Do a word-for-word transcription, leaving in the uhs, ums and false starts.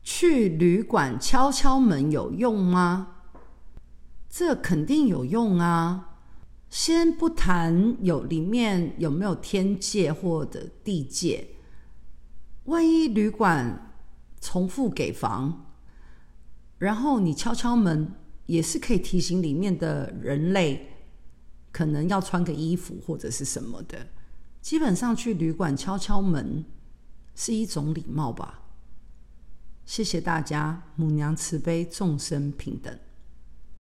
去旅馆敲敲门有用吗？这肯定有用啊。先不谈有里面有没有天界或者地界，万一旅馆重复给房，然后你敲敲门也是可以提醒里面的人类可能要穿个衣服或者是什么的。基本上去旅馆敲敲门是一种礼貌吧。谢谢大家，母娘慈悲，众生平等。